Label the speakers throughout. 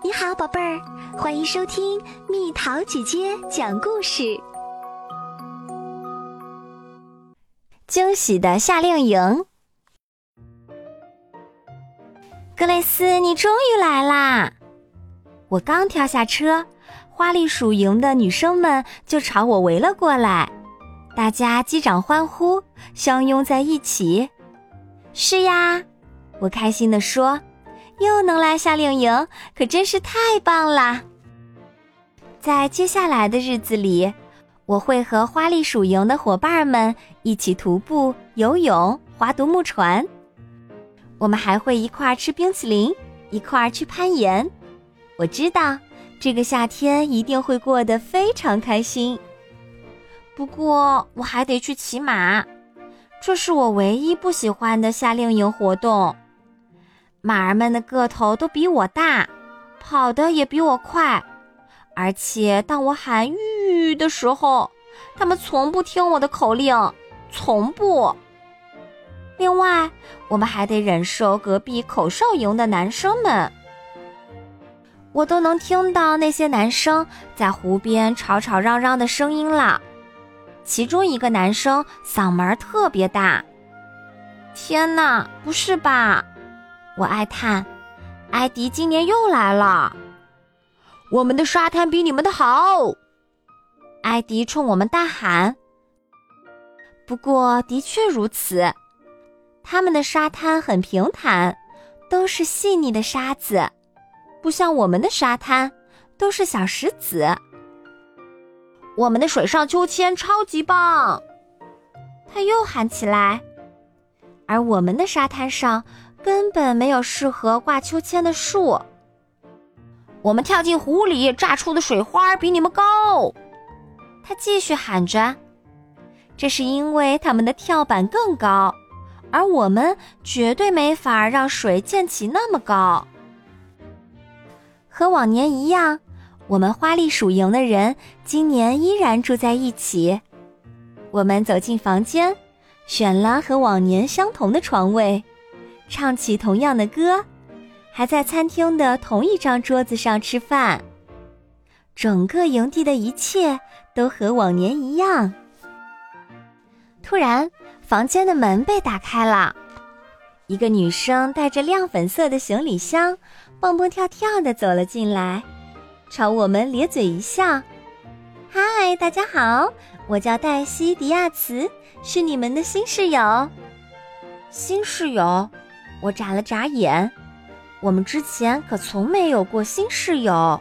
Speaker 1: 你好，宝贝儿，欢迎收听蜜桃姐姐讲故事。
Speaker 2: 惊喜的夏令营。格蕾丝，你终于来啦！我刚跳下车，花栗鼠营的女生们就朝我围了过来，大家击掌欢呼，相拥在一起。是呀，我开心地说，又能来夏令营，可真是太棒啦！在接下来的日子里，我会和花栗鼠营的伙伴们一起徒步、游泳、划独木船。我们还会一块儿吃冰淇淋，一块儿去攀岩。我知道这个夏天一定会过得非常开心。不过我还得去骑马，这是我唯一不喜欢的夏令营活动。马儿们的个头都比我大，跑得也比我快，而且当我喊吁的时候，他们从不听我的口令，从不。另外，我们还得忍受隔壁口哨营的男生们。我都能听到那些男生在湖边吵吵嚷嚷的声音了。其中一个男生嗓门特别大。天哪，不是吧？我哀叹，艾迪今年又来了。我们的沙滩比你们的好，艾迪冲我们大喊。不过的确如此，他们的沙滩很平坦，都是细腻的沙子，不像我们的沙滩都是小石子。我们的水上秋千超级棒，他又喊起来。而我们的沙滩上根本没有适合挂秋千的树。我们跳进湖里炸出的水花比你们高，他继续喊着。这是因为他们的跳板更高，而我们绝对没法让水溅起那么高。和往年一样，我们花栗鼠营的人今年依然住在一起。我们走进房间，选了和往年相同的床位，唱起同样的歌，还在餐厅的同一张桌子上吃饭。整个营地的一切都和往年一样。突然，房间的门被打开了，一个女生带着亮粉色的行李箱，蹦蹦跳跳地走了进来，朝我们咧嘴一笑。嗨，大家好，我叫黛西·迪亚茨，是你们的新室友。新室友？我眨了眨眼，我们之前可从没有过新室友。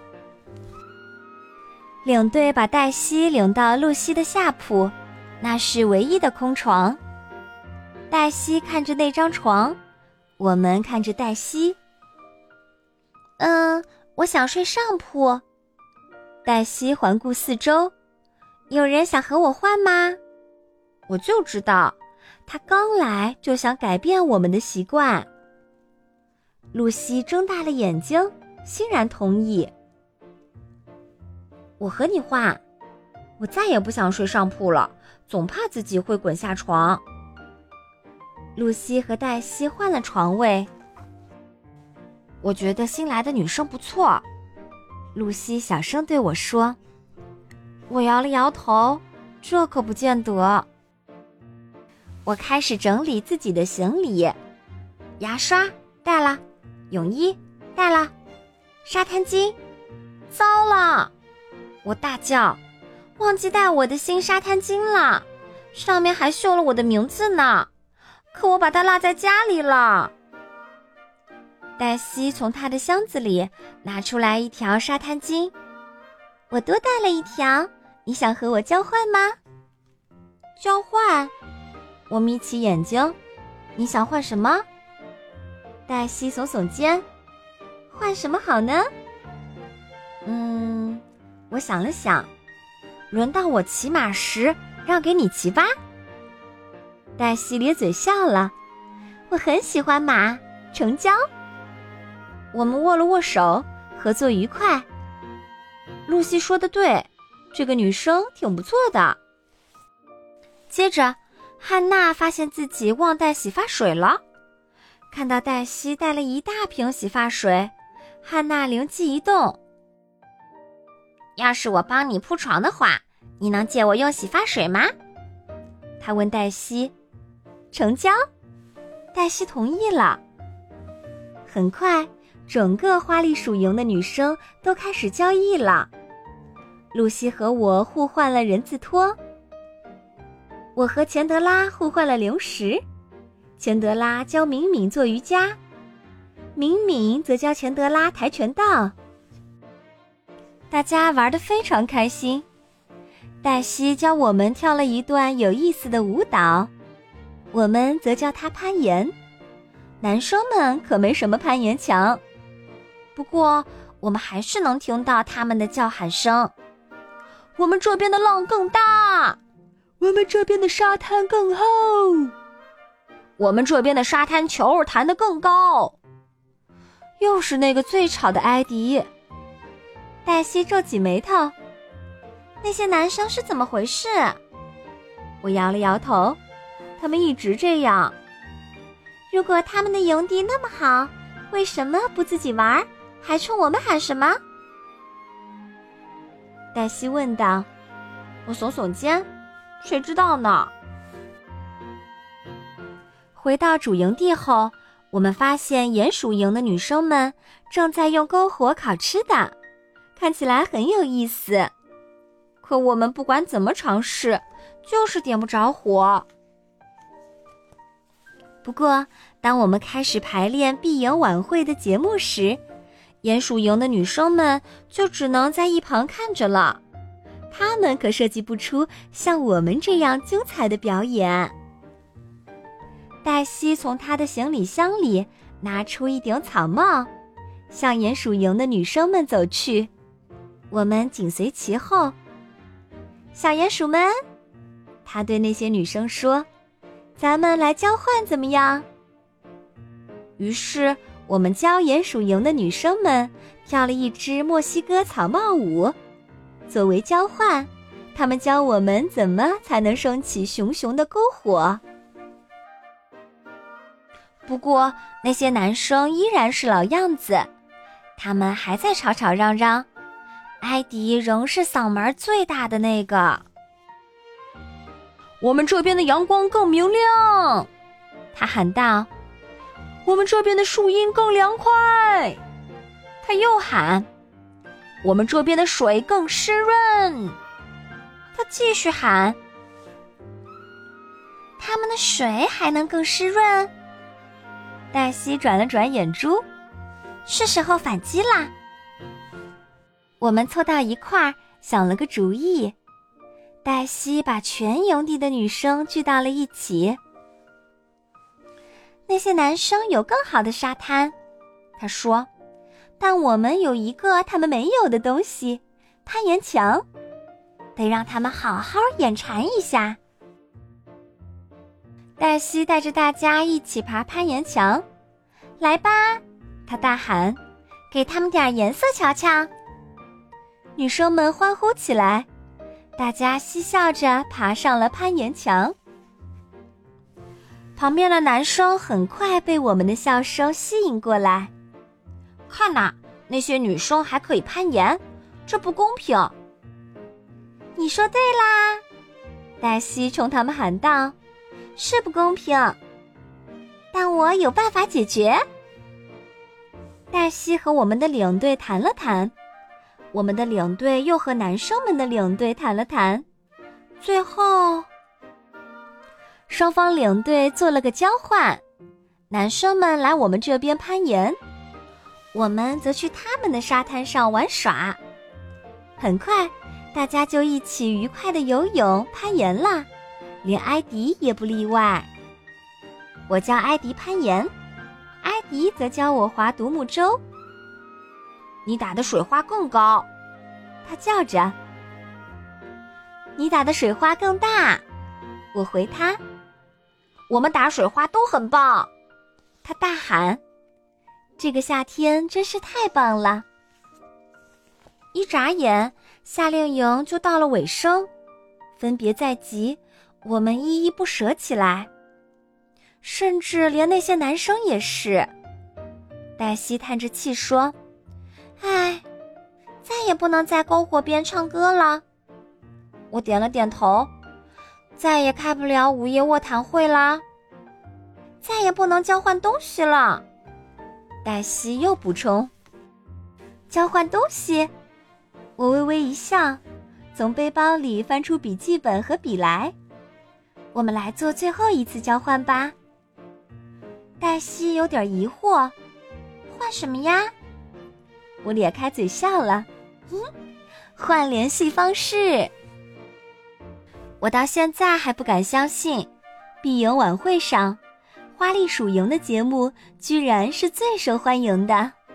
Speaker 2: 领队把黛西领到露西的下铺，那是唯一的空床。黛西看着那张床，我们看着黛西。我想睡上铺。黛西环顾四周，有人想和我换吗？我就知道，他刚来就想改变我们的习惯。露西睁大了眼睛，欣然同意。我和你换，我再也不想睡上铺了，总怕自己会滚下床。露西和黛西换了床位。我觉得新来的女生不错，露西小声对我说。我摇了摇头，这可不见得。我开始整理自己的行李，牙刷带了，泳衣带了，沙滩巾，糟了！我大叫，忘记带我的新沙滩巾了，上面还绣了我的名字呢，可我把它落在家里了。黛西从她的箱子里拿出来一条沙滩巾，我多带了一条，你想和我交换吗？交换？我眯起眼睛，你想换什么？黛西耸耸肩，换什么好呢？我想了想，轮到我骑马时，让给你骑吧。黛西咧嘴笑了，我很喜欢马，成交。我们握了握手，合作愉快。露西说得对，这个女生挺不错的。接着，汉娜发现自己忘带洗发水了，看到黛西带了一大瓶洗发水， 汉娜灵机一动，要是我帮你铺床的话，你能借我用洗发水吗？她问黛西。成交，黛西同意了。很快，整个花栗鼠营的女生都开始交易了。露西和我互换了人字拖，我和钱德拉互换了零食。钱德拉教敏敏做瑜伽，敏敏则教钱德拉跆拳道。大家玩得非常开心。黛西教我们跳了一段有意思的舞蹈，我们则教她攀岩。男生们可没什么攀岩墙，不过我们还是能听到他们的叫喊声。我们这边的浪更大，我们这边的沙滩更厚，我们这边的沙滩球弹得更高。又是那个最吵的埃迪。黛西皱起眉头，那些男生是怎么回事？我摇了摇头，他们一直这样。如果他们的营地那么好，为什么不自己玩，还冲我们喊什么？黛西问道。我耸耸肩，谁知道呢？回到主营地后，我们发现鼹鼠营的女生们正在用篝火烤吃的，看起来很有意思。可我们不管怎么尝试，就是点不着火。不过，当我们开始排练闭营晚会的节目时，鼹鼠营的女生们就只能在一旁看着了。她们可设计不出像我们这样精彩的表演。黛西从她的行李箱里拿出一顶草帽，向鼹鼠营的女生们走去。我们紧随其后。小鼹鼠们，她对那些女生说，咱们来交换怎么样？于是我们教鼹鼠营的女生们跳了一支墨西哥草帽舞。作为交换，他们教我们怎么才能升起熊熊的篝火。不过那些男生依然是老样子，他们还在吵吵嚷嚷，埃迪仍是嗓门最大的那个。我们这边的阳光更明亮，他喊道。我们这边的树荫更凉快，他又喊。我们这边的水更湿润，他继续喊。他们的水还能更湿润？黛西转了转眼珠，是时候反击啦。我们凑到一块儿，想了个主意。黛西把全营地的女生聚到了一起。那些男生有更好的沙滩，他说，但我们有一个他们没有的东西，攀岩墙，得让他们好好眼馋一下。黛西带着大家一起爬攀岩墙。来吧，她大喊，给他们点颜色瞧瞧。女生们欢呼起来，大家嬉笑着爬上了攀岩墙。旁边的男生很快被我们的笑声吸引过来。看哪，那些女生还可以攀岩，这不公平。你说对啦，黛西冲他们喊道，是不公平，但我有办法解决。黛西和我们的领队谈了谈，我们的领队又和男生们的领队谈了谈，最后双方领队做了个交换，男生们来我们这边攀岩，我们则去他们的沙滩上玩耍。很快大家就一起愉快地游泳攀岩啦，连埃迪也不例外。我教埃迪攀岩，埃迪则教我划独木舟。你打的水花更高，他叫着。你打的水花更大，我回他。我们打水花都很棒，他大喊。这个夏天真是太棒了。一眨眼，夏令营就到了尾声，分别在即，我们依依不舍起来，甚至连那些男生也是。黛西叹着气说， 唉，再也不能在篝火边唱歌了。我点了点头。再也开不了午夜卧谈会啦。再也不能交换东西了。黛西又补充。交换东西？我微微一笑，从背包里翻出笔记本和笔来。我们来做最后一次交换吧。黛西有点疑惑，换什么呀？我咧开嘴笑了，换联系方式。我到现在还不敢相信，闭营晚会上，花栗鼠营的节目居然是最受欢迎的。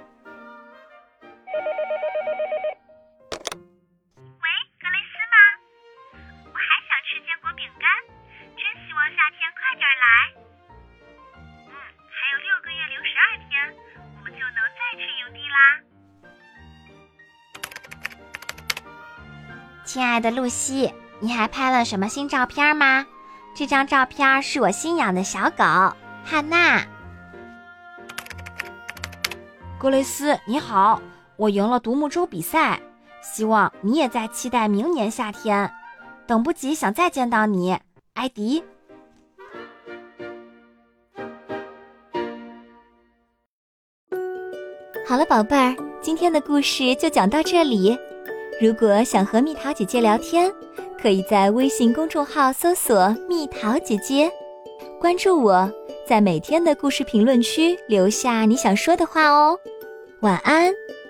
Speaker 3: 喂，格雷斯吗？我还想吃坚果饼干，真希望夏天快点来。还有6个月零12天，我们就能再去营地啦。
Speaker 2: 亲爱的露西，你还拍了什么新照片吗？这张照片是我新养的小狗汉娜。格雷斯，你好，我赢了独木舟比赛，希望你也在期待明年夏天，等不及想再见到你，艾迪。好了，宝贝儿，今天的故事就讲到这里。如果想和蜜桃姐姐聊天，可以在微信公众号搜索蜜桃姐姐，关注我，在每天的故事评论区留下你想说的话哦。晚安。